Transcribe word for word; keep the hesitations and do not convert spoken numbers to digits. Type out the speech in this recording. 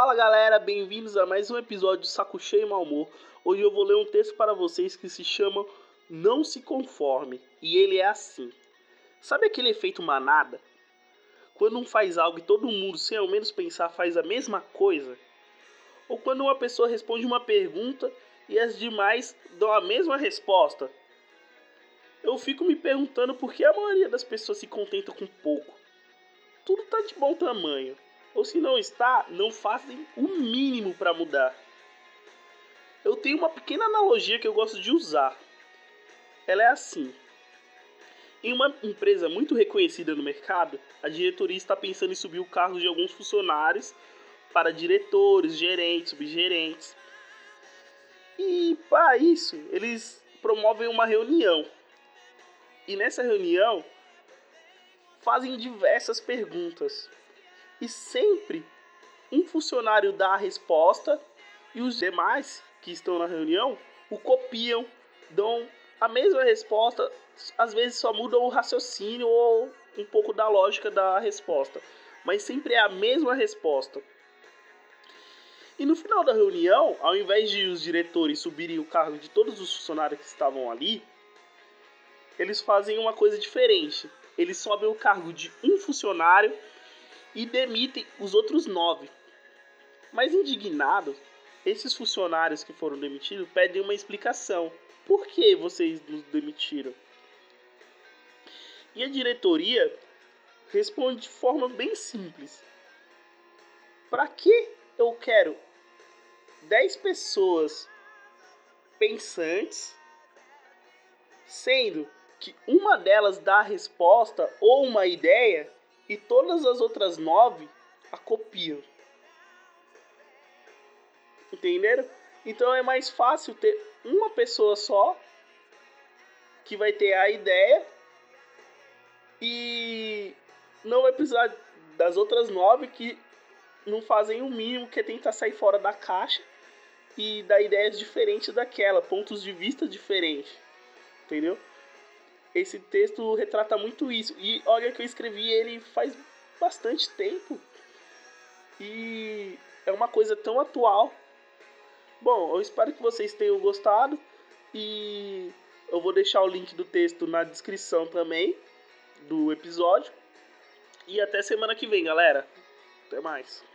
Fala galera, bem-vindos a mais um episódio de Saco Cheio e Mau Humor. Hoje eu vou ler um texto para vocês que se chama Não Se Conforme. E ele é assim. Sabe aquele efeito manada? Quando um faz algo e todo mundo, sem ao menos pensar, faz a mesma coisa? Ou quando uma pessoa responde uma pergunta e as demais dão a mesma resposta? Eu fico me perguntando por que a maioria das pessoas se contenta com pouco. Tudo está de bom tamanho. Ou se não está, não fazem o mínimo para mudar. Eu tenho uma pequena analogia que eu gosto de usar. Ela é assim. Em uma empresa muito reconhecida no mercado, a diretoria está pensando em subir o cargo de alguns funcionários para diretores, gerentes, subgerentes. E para isso, eles promovem uma reunião. E nessa reunião, fazem diversas perguntas. E sempre um funcionário dá a resposta e os demais que estão na reunião o copiam, dão a mesma resposta, às vezes só mudam o raciocínio ou um pouco da lógica da resposta, mas sempre é a mesma resposta. E no final da reunião, ao invés de os diretores subirem o cargo de todos os funcionários que estavam ali, eles fazem uma coisa diferente. Eles sobem o cargo de um funcionário e demitem os outros nove. Mas indignados, esses funcionários que foram demitidos pedem uma explicação. Por que vocês nos demitiram? E a diretoria responde de forma bem simples. Para que eu quero dez pessoas pensantes, sendo que uma delas dá a resposta ou uma ideia e todas as outras nove a copiam? Entenderam? Então é mais fácil ter uma pessoa só que vai ter a ideia e não vai precisar das outras nove que não fazem o mínimo, que é tentar sair fora da caixa e dar ideias diferentes daquela, pontos de vista diferentes. Entendeu? Esse texto retrata muito isso. E olha que eu escrevi ele faz bastante tempo. E é uma coisa tão atual. Bom, eu espero que vocês tenham gostado e eu vou deixar o link do texto na descrição também do episódio. E até semana que vem, galera. Até mais.